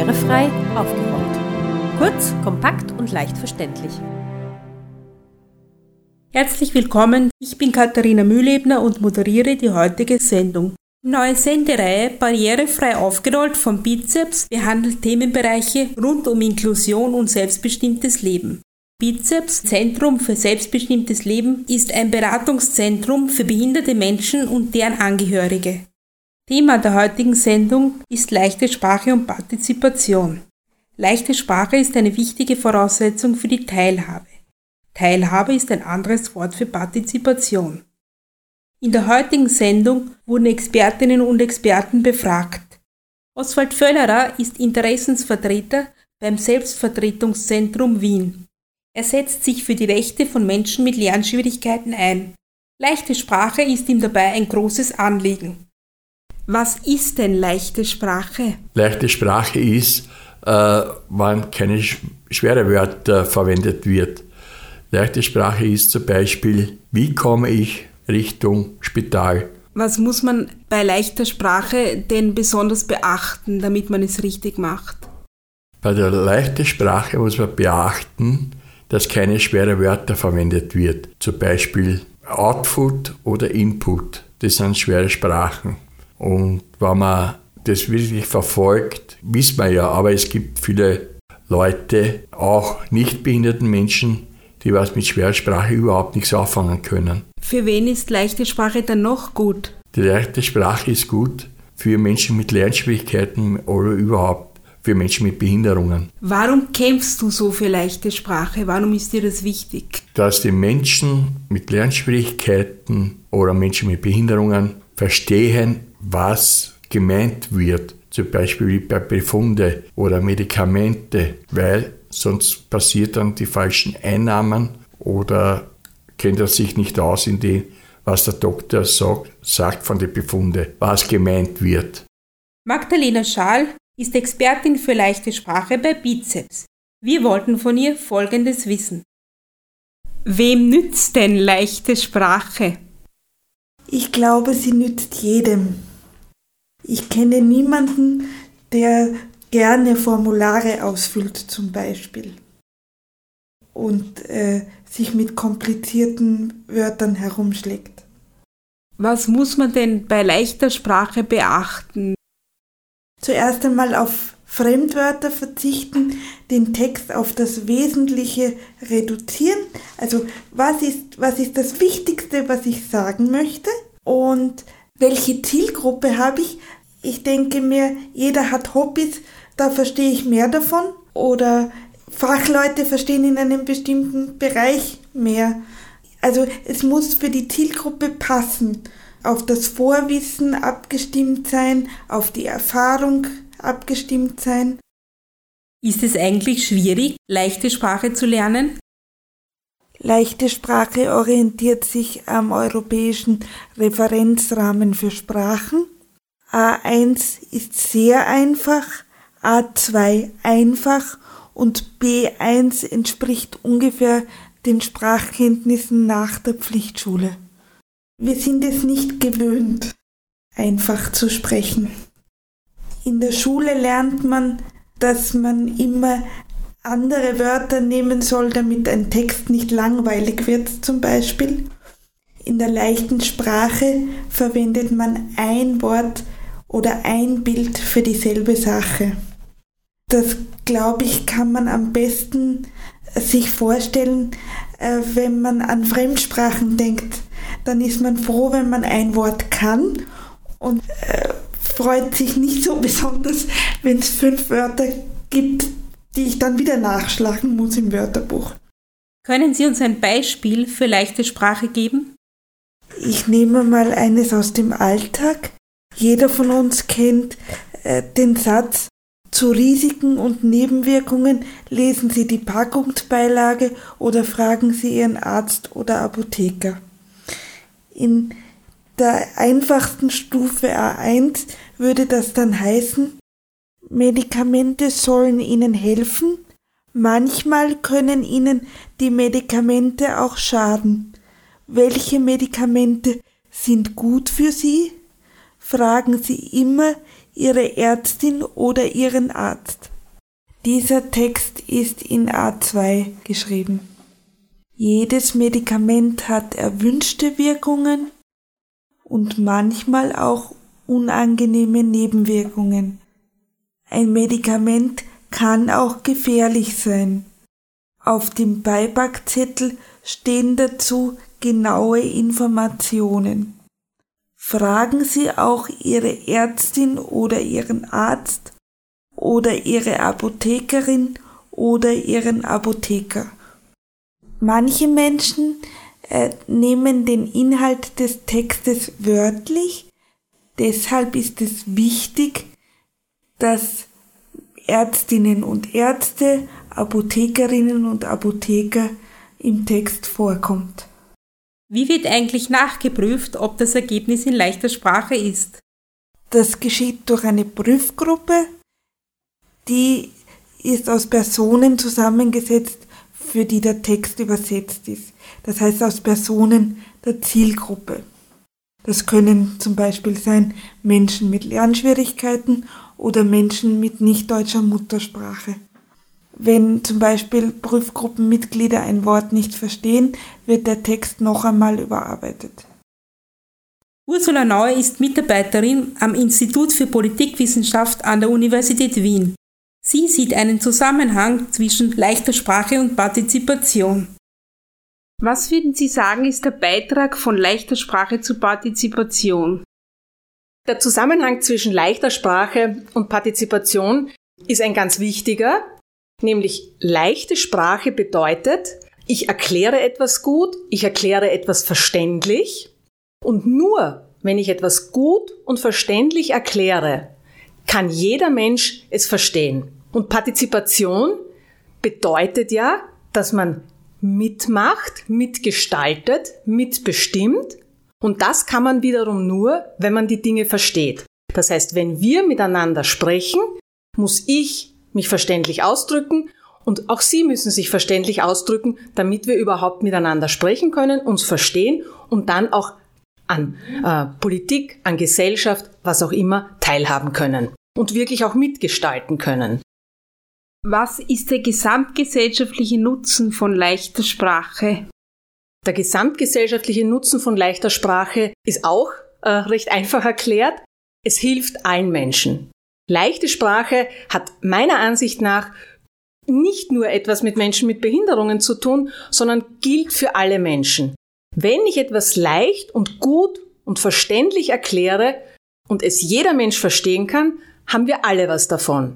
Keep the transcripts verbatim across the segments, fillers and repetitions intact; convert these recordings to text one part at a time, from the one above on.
barrierefrei aufgeräumt. Kurz, kompakt und leicht verständlich. Herzlich willkommen, ich bin Katharina Mühlebner und moderiere die heutige Sendung. Die neue Sendereihe Barrierefrei aufgerollt vom Bizeps behandelt Themenbereiche rund um Inklusion und selbstbestimmtes Leben. Bizeps, Zentrum für selbstbestimmtes Leben, ist ein Beratungszentrum für behinderte Menschen und deren Angehörige. Thema der heutigen Sendung ist leichte Sprache und Partizipation. Leichte Sprache ist eine wichtige Voraussetzung für die Teilhabe. Teilhabe ist ein anderes Wort für Partizipation. In der heutigen Sendung wurden Expertinnen und Experten befragt. Oswald Völlerer ist Interessensvertreter beim Selbstvertretungszentrum Wien. Er setzt sich für die Rechte von Menschen mit Lernschwierigkeiten ein. Leichte Sprache ist ihm dabei ein großes Anliegen. Was ist denn leichte Sprache? Leichte Sprache ist, äh, wenn keine schwere Wörter verwendet wird. Leichte Sprache ist zum Beispiel, wie komme ich Richtung Spital. Was muss man bei leichter Sprache denn besonders beachten, damit man es richtig macht? Bei der leichten Sprache muss man beachten, dass keine schweren Wörter verwendet wird. Zum Beispiel Output oder Input. Das sind schwere Sprachen. Und wenn man das wirklich verfolgt, wissen wir ja, aber es gibt viele Leute, auch nicht behinderten Menschen, die was mit schwerer Sprache überhaupt nichts anfangen können. Für wen ist leichte Sprache dann noch gut? Die leichte Sprache ist gut für Menschen mit Lernschwierigkeiten oder überhaupt für Menschen mit Behinderungen. Warum kämpfst du so für leichte Sprache? Warum ist dir das wichtig? Dass die Menschen mit Lernschwierigkeiten oder Menschen mit Behinderungen verstehen, was gemeint wird. Zum Beispiel bei Befunde oder Medikamente, weil sonst passiert dann die falschen Einnahmen oder kennt er sich nicht aus in dem, was der Doktor sagt, sagt von den Befunden, was gemeint wird. Magdalena Schaal ist Expertin für leichte Sprache bei Bizeps. Wir wollten von ihr Folgendes wissen. Wem nützt denn leichte Sprache? Ich glaube, sie nützt jedem. Ich kenne niemanden, der gerne Formulare ausfüllt zum Beispiel und äh, sich mit komplizierten Wörtern herumschlägt. Was muss man denn bei leichter Sprache beachten? Zuerst einmal auf Fremdwörter verzichten, den Text auf das Wesentliche reduzieren. Also was ist, was ist das Wichtigste, was ich sagen möchte? Und welche Zielgruppe habe ich? Ich denke mir, jeder hat Hobbys, da verstehe ich mehr davon. Oder Fachleute verstehen in einem bestimmten Bereich mehr. Also es muss für die Zielgruppe passen, auf das Vorwissen abgestimmt sein, auf die Erfahrung abgestimmt sein. Ist es eigentlich schwierig, leichte Sprache zu lernen? Leichte Sprache orientiert sich am europäischen Referenzrahmen für Sprachen. A eins ist sehr einfach, A zwei einfach und B eins entspricht ungefähr den Sprachkenntnissen nach der Pflichtschule. Wir sind es nicht gewöhnt, einfach zu sprechen. In der Schule lernt man, dass man immer andere Wörter nehmen soll, damit ein Text nicht langweilig wird, zum Beispiel. In der leichten Sprache verwendet man ein Wort oder ein Bild für dieselbe Sache. Das, glaube ich, kann man am besten sich vorstellen, wenn man an Fremdsprachen denkt. Dann ist man froh, wenn man ein Wort kann und äh, freut sich nicht so besonders, wenn es fünf Wörter gibt, die ich dann wieder nachschlagen muss im Wörterbuch. Können Sie uns ein Beispiel für leichte Sprache geben? Ich nehme mal eines aus dem Alltag. Jeder von uns kennt äh, den Satz: Zu Risiken und Nebenwirkungen lesen Sie die Packungsbeilage oder fragen Sie Ihren Arzt oder Apotheker. In der einfachsten Stufe A eins würde das dann heißen: Medikamente sollen Ihnen helfen, manchmal können Ihnen die Medikamente auch schaden. Welche Medikamente sind gut für Sie? Fragen Sie immer Ihre Ärztin oder Ihren Arzt. Dieser Text ist in A zwei geschrieben. Jedes Medikament hat erwünschte Wirkungen und manchmal auch unangenehme Nebenwirkungen. Ein Medikament kann auch gefährlich sein. Auf dem Beipackzettel stehen dazu genaue Informationen. Fragen Sie auch Ihre Ärztin oder Ihren Arzt oder Ihre Apothekerin oder Ihren Apotheker. Manche Menschen äh, nehmen den Inhalt des Textes wörtlich, deshalb ist es wichtig, dass Ärztinnen und Ärzte, Apothekerinnen und Apotheker im Text vorkommt. Wie wird eigentlich nachgeprüft, ob das Ergebnis in leichter Sprache ist? Das geschieht durch eine Prüfgruppe, die ist aus Personen zusammengesetzt, für die der Text übersetzt ist. Das heißt aus Personen der Zielgruppe. Das können zum Beispiel sein Menschen mit Lernschwierigkeiten oder Menschen mit nicht deutscher Muttersprache. Wenn zum Beispiel Prüfgruppenmitglieder ein Wort nicht verstehen, wird der Text noch einmal überarbeitet. Ursula Naue ist Mitarbeiterin am Institut für Politikwissenschaft an der Universität Wien. Sie sieht einen Zusammenhang zwischen leichter Sprache und Partizipation. Was würden Sie sagen, ist der Beitrag von leichter Sprache zur Partizipation? Der Zusammenhang zwischen leichter Sprache und Partizipation ist ein ganz wichtiger, nämlich leichte Sprache bedeutet, ich erkläre etwas gut, ich erkläre etwas verständlich und nur wenn ich etwas gut und verständlich erkläre, kann jeder Mensch es verstehen. Und Partizipation bedeutet ja, dass man mitmacht, mitgestaltet, mitbestimmt. Und das kann man wiederum nur, wenn man die Dinge versteht. Das heißt, wenn wir miteinander sprechen, muss ich mich verständlich ausdrücken und auch Sie müssen sich verständlich ausdrücken, damit wir überhaupt miteinander sprechen können, uns verstehen und dann auch an äh, Politik, an Gesellschaft, was auch immer, teilhaben können und wirklich auch mitgestalten können. Was ist der gesamtgesellschaftliche Nutzen von leichter Sprache? Der gesamtgesellschaftliche Nutzen von leichter Sprache ist auch äh, recht einfach erklärt. Es hilft allen Menschen. Leichte Sprache hat meiner Ansicht nach nicht nur etwas mit Menschen mit Behinderungen zu tun, sondern gilt für alle Menschen. Wenn ich etwas leicht und gut und verständlich erkläre und es jeder Mensch verstehen kann, haben wir alle was davon.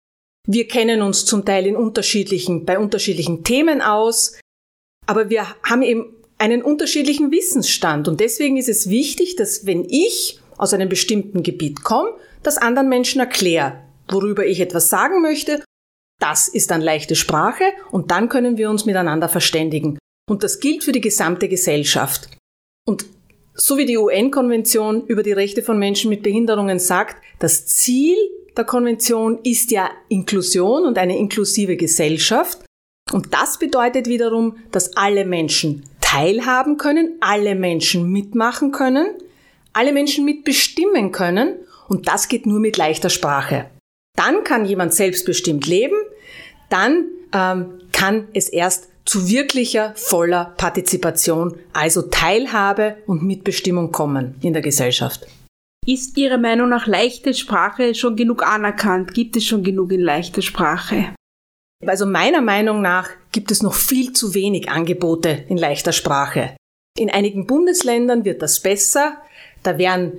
Wir kennen uns zum Teil in unterschiedlichen, bei unterschiedlichen Themen aus, aber wir haben eben einen unterschiedlichen Wissensstand und deswegen ist es wichtig, dass wenn ich aus einem bestimmten Gebiet komme, das anderen Menschen erkläre, worüber ich etwas sagen möchte. Das ist dann leichte Sprache und dann können wir uns miteinander verständigen. Und das gilt für die gesamte Gesellschaft. Und so wie die U N-Konvention über die Rechte von Menschen mit Behinderungen sagt, das Ziel der Konvention ist ja Inklusion und eine inklusive Gesellschaft. Und das bedeutet wiederum, dass alle Menschen teilhaben können, alle Menschen mitmachen können, alle Menschen mitbestimmen können. Und das geht nur mit leichter Sprache. Dann kann jemand selbstbestimmt leben, dann ähm, kann es erst zu wirklicher, voller Partizipation, also Teilhabe und Mitbestimmung kommen in der Gesellschaft. Ist Ihrer Meinung nach leichte Sprache schon genug anerkannt? Gibt es schon genug in leichter Sprache? Also meiner Meinung nach gibt es noch viel zu wenig Angebote in leichter Sprache. In einigen Bundesländern wird das besser. Da werden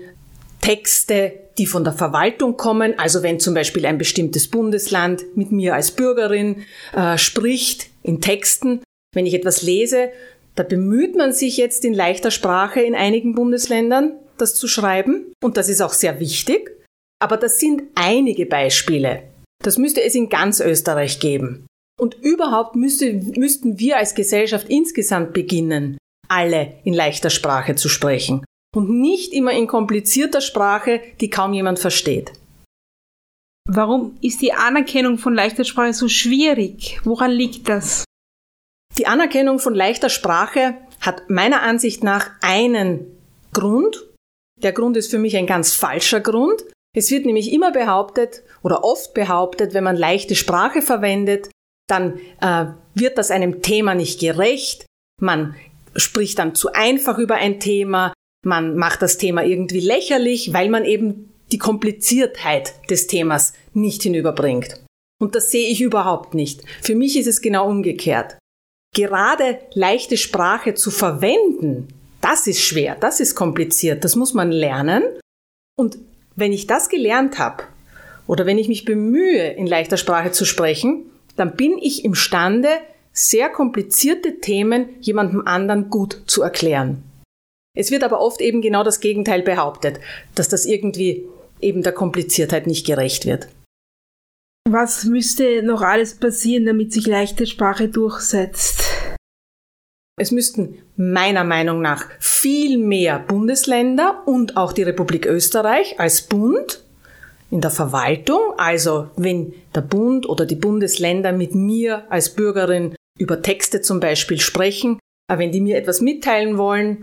Texte, die von der Verwaltung kommen, also wenn zum Beispiel ein bestimmtes Bundesland mit mir als Bürgerin äh, spricht in Texten, wenn ich etwas lese, da bemüht man sich jetzt in leichter Sprache in einigen Bundesländern, das zu schreiben. Und das ist auch sehr wichtig. Aber das sind einige Beispiele. Das müsste es in ganz Österreich geben. Und überhaupt müsste, müssten wir als Gesellschaft insgesamt beginnen, alle in leichter Sprache zu sprechen. Und nicht immer in komplizierter Sprache, die kaum jemand versteht. Warum ist die Anerkennung von leichter Sprache so schwierig? Woran liegt das? Die Anerkennung von leichter Sprache hat meiner Ansicht nach einen Grund. Der Grund ist für mich ein ganz falscher Grund. Es wird nämlich immer behauptet oder oft behauptet, wenn man leichte Sprache verwendet, dann äh, wird das einem Thema nicht gerecht, man spricht dann zu einfach über ein Thema, man macht das Thema irgendwie lächerlich, weil man eben die Kompliziertheit des Themas nicht hinüberbringt. Und das sehe ich überhaupt nicht. Für mich ist es genau umgekehrt. Gerade leichte Sprache zu verwenden, das ist schwer, das ist kompliziert, das muss man lernen. Und wenn ich das gelernt habe oder wenn ich mich bemühe, in leichter Sprache zu sprechen, dann bin ich imstande, sehr komplizierte Themen jemandem anderen gut zu erklären. Es wird aber oft eben genau das Gegenteil behauptet, dass das irgendwie eben der Kompliziertheit nicht gerecht wird. Was müsste noch alles passieren, damit sich leichte Sprache durchsetzt? Es müssten meiner Meinung nach viel mehr Bundesländer und auch die Republik Österreich als Bund in der Verwaltung, also wenn der Bund oder die Bundesländer mit mir als Bürgerin über Texte zum Beispiel sprechen, wenn die mir etwas mitteilen wollen,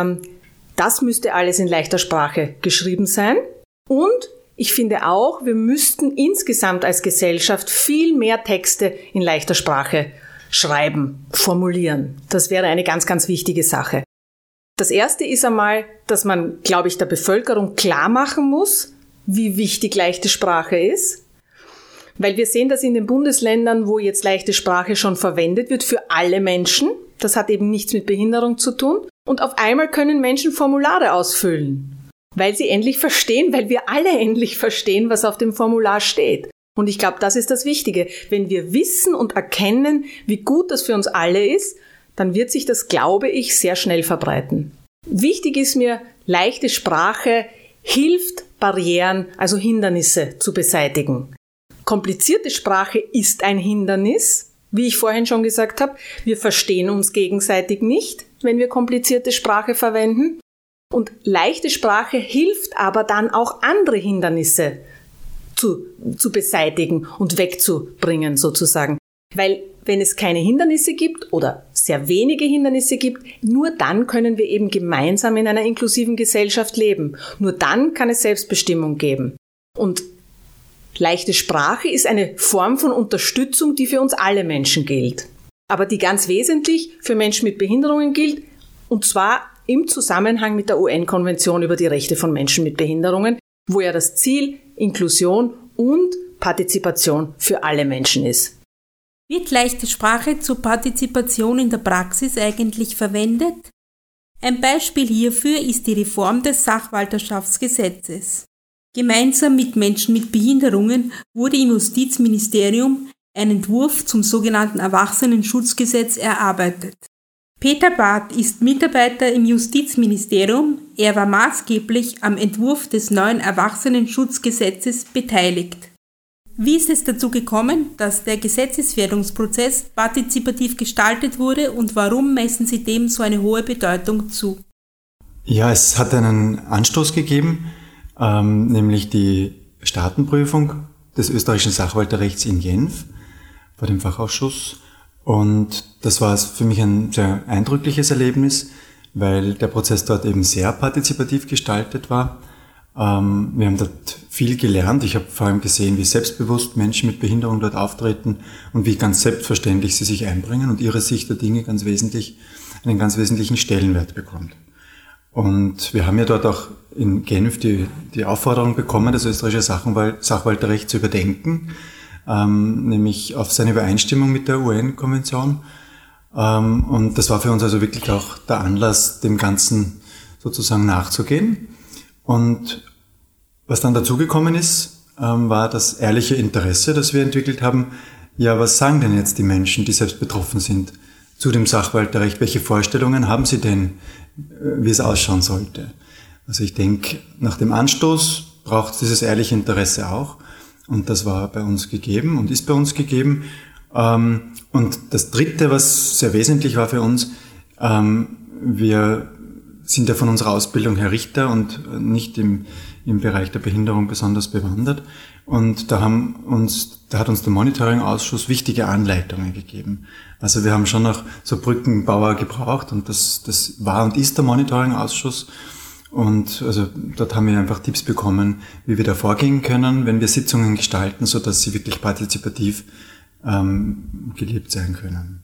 das müsste alles in leichter Sprache geschrieben sein. Und ich finde auch, wir müssten insgesamt als Gesellschaft viel mehr Texte in leichter Sprache schreiben, formulieren. Das wäre eine ganz, ganz wichtige Sache. Das Erste ist einmal, dass man, glaube ich, der Bevölkerung klar machen muss, wie wichtig leichte Sprache ist. Weil wir sehen das in den Bundesländern, wo jetzt leichte Sprache schon verwendet wird, für alle Menschen. Das hat eben nichts mit Behinderung zu tun. Und auf einmal können Menschen Formulare ausfüllen, weil sie endlich verstehen, weil wir alle endlich verstehen, was auf dem Formular steht. Und ich glaube, das ist das Wichtige. Wenn wir wissen und erkennen, wie gut das für uns alle ist, dann wird sich das, glaube ich, sehr schnell verbreiten. Wichtig ist mir, leichte Sprache hilft, Barrieren, also Hindernisse zu beseitigen. Komplizierte Sprache ist ein Hindernis, wie ich vorhin schon gesagt habe. Wir verstehen uns gegenseitig nicht, wenn wir komplizierte Sprache verwenden. Und leichte Sprache hilft aber dann auch, andere Hindernisse zu, zu beseitigen und wegzubringen sozusagen. Weil wenn es keine Hindernisse gibt oder sehr wenige Hindernisse gibt, nur dann können wir eben gemeinsam in einer inklusiven Gesellschaft leben. Nur dann kann es Selbstbestimmung geben. Und leichte Sprache ist eine Form von Unterstützung, die für uns alle Menschen gilt. Aber die ganz wesentlich für Menschen mit Behinderungen gilt, und zwar im Zusammenhang mit der U N-Konvention über die Rechte von Menschen mit Behinderungen, wo ja das Ziel Inklusion und Partizipation für alle Menschen ist. Wird leichte Sprache zur Partizipation in der Praxis eigentlich verwendet? Ein Beispiel hierfür ist die Reform des Sachwalterschaftsgesetzes. Gemeinsam mit Menschen mit Behinderungen wurde im Justizministerium ein Entwurf zum sogenannten Erwachsenenschutzgesetz erarbeitet. Peter Barth ist Mitarbeiter im Justizministerium. Er war maßgeblich am Entwurf des neuen Erwachsenenschutzgesetzes beteiligt. Wie ist es dazu gekommen, dass der Gesetzeswerdungsprozess partizipativ gestaltet wurde und warum messen Sie dem so eine hohe Bedeutung zu? Ja, es hat einen Anstoß gegeben, ähm, nämlich die Staatenprüfung des österreichischen Sachwalterrechts in Genf vor dem Fachausschuss. Und das war für mich ein sehr eindrückliches Erlebnis, weil der Prozess dort eben sehr partizipativ gestaltet war. Ähm, wir haben dort viel gelernt. Ich habe vor allem gesehen, wie selbstbewusst Menschen mit Behinderung dort auftreten und wie ganz selbstverständlich sie sich einbringen und ihre Sicht der Dinge ganz wesentlich, einen ganz wesentlichen Stellenwert bekommt. Und wir haben ja dort auch in Genf die, die Aufforderung bekommen, das österreichische Sachwal- Sachwalterrecht zu überdenken, ähm, nämlich auf seine Übereinstimmung mit der U N-Konvention. Ähm, und das war für uns also wirklich auch der Anlass, dem Ganzen sozusagen nachzugehen. Und was dann dazugekommen ist, ähm, war das ehrliche Interesse, das wir entwickelt haben. Ja, was sagen denn jetzt die Menschen, die selbst betroffen sind, zu dem Sachwalterrecht? Welche Vorstellungen haben sie denn, wie es ausschauen sollte? Also ich denke, nach dem Anstoß braucht es dieses ehrliche Interesse auch. Und das war bei uns gegeben und ist bei uns gegeben. Und das Dritte, was sehr wesentlich war für uns, wir sind ja von unserer Ausbildung her Richter und nicht im, im Bereich der Behinderung besonders bewandert. Und da haben uns, da hat uns der Monitoring-Ausschuss wichtige Anleitungen gegeben. Also wir haben schon noch so Brückenbauer gebraucht und das, das war und ist der Monitoring-Ausschuss. Und also dort haben wir einfach Tipps bekommen, wie wir da vorgehen können, wenn wir Sitzungen gestalten, sodass sie wirklich partizipativ ähm, gelebt sein können.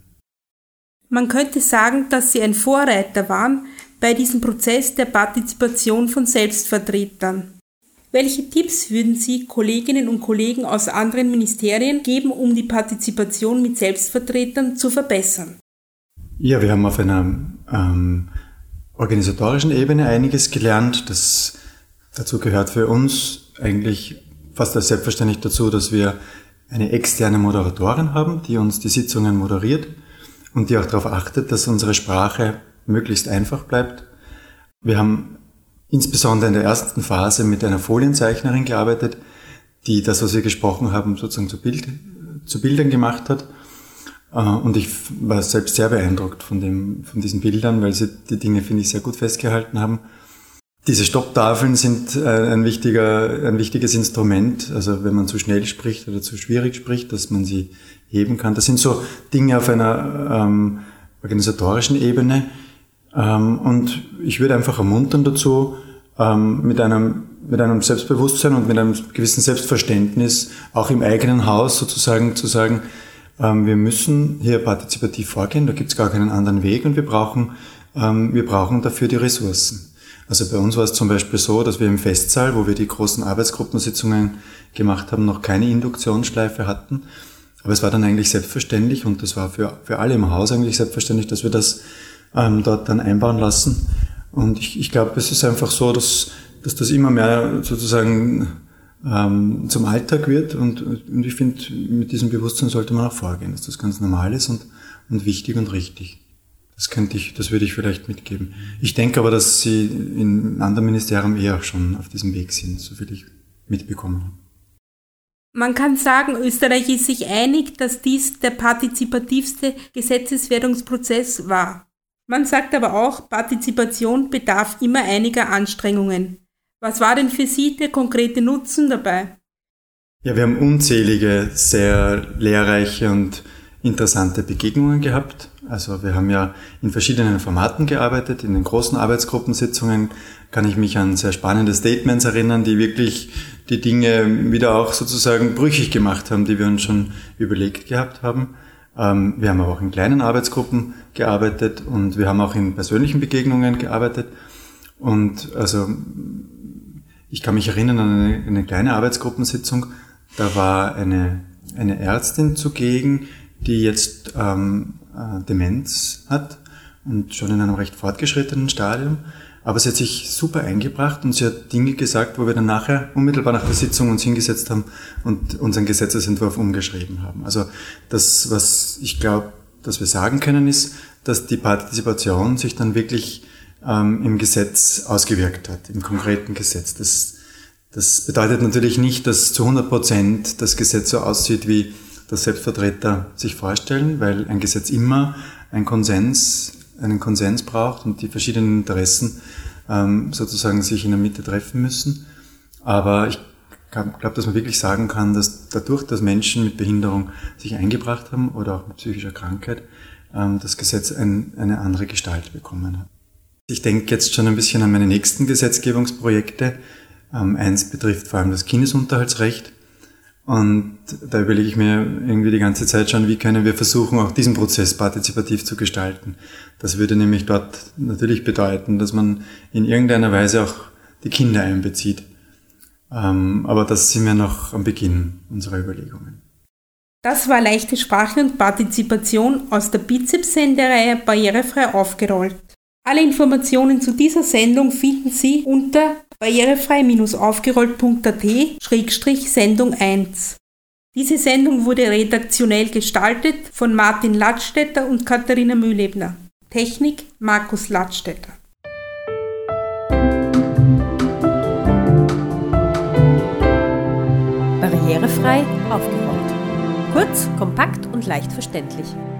Man könnte sagen, dass Sie ein Vorreiter waren bei diesem Prozess der Partizipation von Selbstvertretern. Welche Tipps würden Sie Kolleginnen und Kollegen aus anderen Ministerien geben, um die Partizipation mit Selbstvertretern zu verbessern? Ja, wir haben auf einer ähm, organisatorischen Ebene einiges gelernt. Das, dazu gehört für uns eigentlich fast als selbstverständlich dazu, dass wir eine externe Moderatorin haben, die uns die Sitzungen moderiert und die auch darauf achtet, dass unsere Sprache möglichst einfach bleibt. Wir haben insbesondere in der ersten Phase mit einer Folienzeichnerin gearbeitet, die das, was wir gesprochen haben, sozusagen zu, Bild, zu Bildern gemacht hat. Und ich war selbst sehr beeindruckt von, dem, von diesen Bildern, weil sie die Dinge, finde ich, sehr gut festgehalten haben. Diese Stopptafeln sind ein, wichtiger, ein wichtiges Instrument, also wenn man zu schnell spricht oder zu schwierig spricht, dass man sie heben kann. Das sind so Dinge auf einer ähm, organisatorischen Ebene. Ähm, und ich würde einfach ermuntern dazu, ähm, mit einem, mit einem Selbstbewusstsein und mit einem gewissen Selbstverständnis, auch im eigenen Haus sozusagen zu sagen, ähm, wir müssen hier partizipativ vorgehen, da gibt es gar keinen anderen Weg und wir brauchen, ähm, wir brauchen dafür die Ressourcen. Also bei uns war es zum Beispiel so, dass wir im Festsaal, wo wir die großen Arbeitsgruppensitzungen gemacht haben, noch keine Induktionsschleife hatten. Aber es war dann eigentlich selbstverständlich und das war für, für alle im Haus eigentlich selbstverständlich, dass wir das ähm, dort dann einbauen lassen. Und ich, ich glaube, es ist einfach so, dass, dass das immer mehr sozusagen ähm, zum Alltag wird und, und ich finde, mit diesem Bewusstsein sollte man auch vorgehen, dass das ganz normal ist und, und wichtig und richtig. Das könnte ich, das würde ich vielleicht mitgeben. Ich denke aber, dass Sie in anderen Ministerien eher schon auf diesem Weg sind, soviel ich mitbekommen habe. Man kann sagen, Österreich ist sich einig, dass dies der partizipativste Gesetzeswerdungsprozess war. Man sagt aber auch, Partizipation bedarf immer einiger Anstrengungen. Was war denn für Sie der konkrete Nutzen dabei? Ja, wir haben unzählige, sehr lehrreiche und interessante Begegnungen gehabt. Also wir haben ja in verschiedenen Formaten gearbeitet. In den großen Arbeitsgruppensitzungen kann ich mich an sehr spannende Statements erinnern, die wirklich die Dinge wieder auch sozusagen brüchig gemacht haben, die wir uns schon überlegt gehabt haben. Wir haben aber auch in kleinen Arbeitsgruppen gearbeitet und wir haben auch in persönlichen Begegnungen gearbeitet. Und also ich kann mich erinnern an eine, eine kleine Arbeitsgruppensitzung. Da war eine, eine Ärztin zugegen, die jetzt ähm, äh, Demenz hat und schon in einem recht fortgeschrittenen Stadium. Aber sie hat sich super eingebracht und sie hat Dinge gesagt, wo wir dann nachher unmittelbar nach der Sitzung uns hingesetzt haben und unseren Gesetzesentwurf umgeschrieben haben. Also das, was ich glaube, dass wir sagen können, ist, dass die Partizipation sich dann wirklich ähm, im Gesetz ausgewirkt hat, im konkreten Gesetz. Das, das bedeutet natürlich nicht, dass zu hundert Prozent das Gesetz so aussieht, wie das Selbstvertreter sich vorstellen, weil ein Gesetz immer einen Konsens, einen Konsens braucht und die verschiedenen Interessen ähm, sozusagen sich in der Mitte treffen müssen. Aber ich glaube, dass man wirklich sagen kann, dass dadurch, dass Menschen mit Behinderung sich eingebracht haben oder auch mit psychischer Krankheit, ähm, das Gesetz ein, eine andere Gestalt bekommen hat. Ich denke jetzt schon ein bisschen an meine nächsten Gesetzgebungsprojekte. Ähm, eins betrifft vor allem das Kindesunterhaltsrecht. Und da überlege ich mir irgendwie die ganze Zeit schon, wie können wir versuchen, auch diesen Prozess partizipativ zu gestalten. Das würde nämlich dort natürlich bedeuten, dass man in irgendeiner Weise auch die Kinder einbezieht. Aber das sind wir noch am Beginn unserer Überlegungen. Das war leichte Sprache und Partizipation aus der Bizeps-Sendereihe Barrierefrei aufgerollt. Alle Informationen zu dieser Sendung finden Sie unter barrierefrei aufgerollt punkt a t Schrägstrich Sendung eins. Diese Sendung wurde redaktionell gestaltet von Martin Ladstätter und Katharina Mühlebner. Technik Markus Ladstätter. Barrierefrei aufgerollt. Kurz, kompakt und leicht verständlich.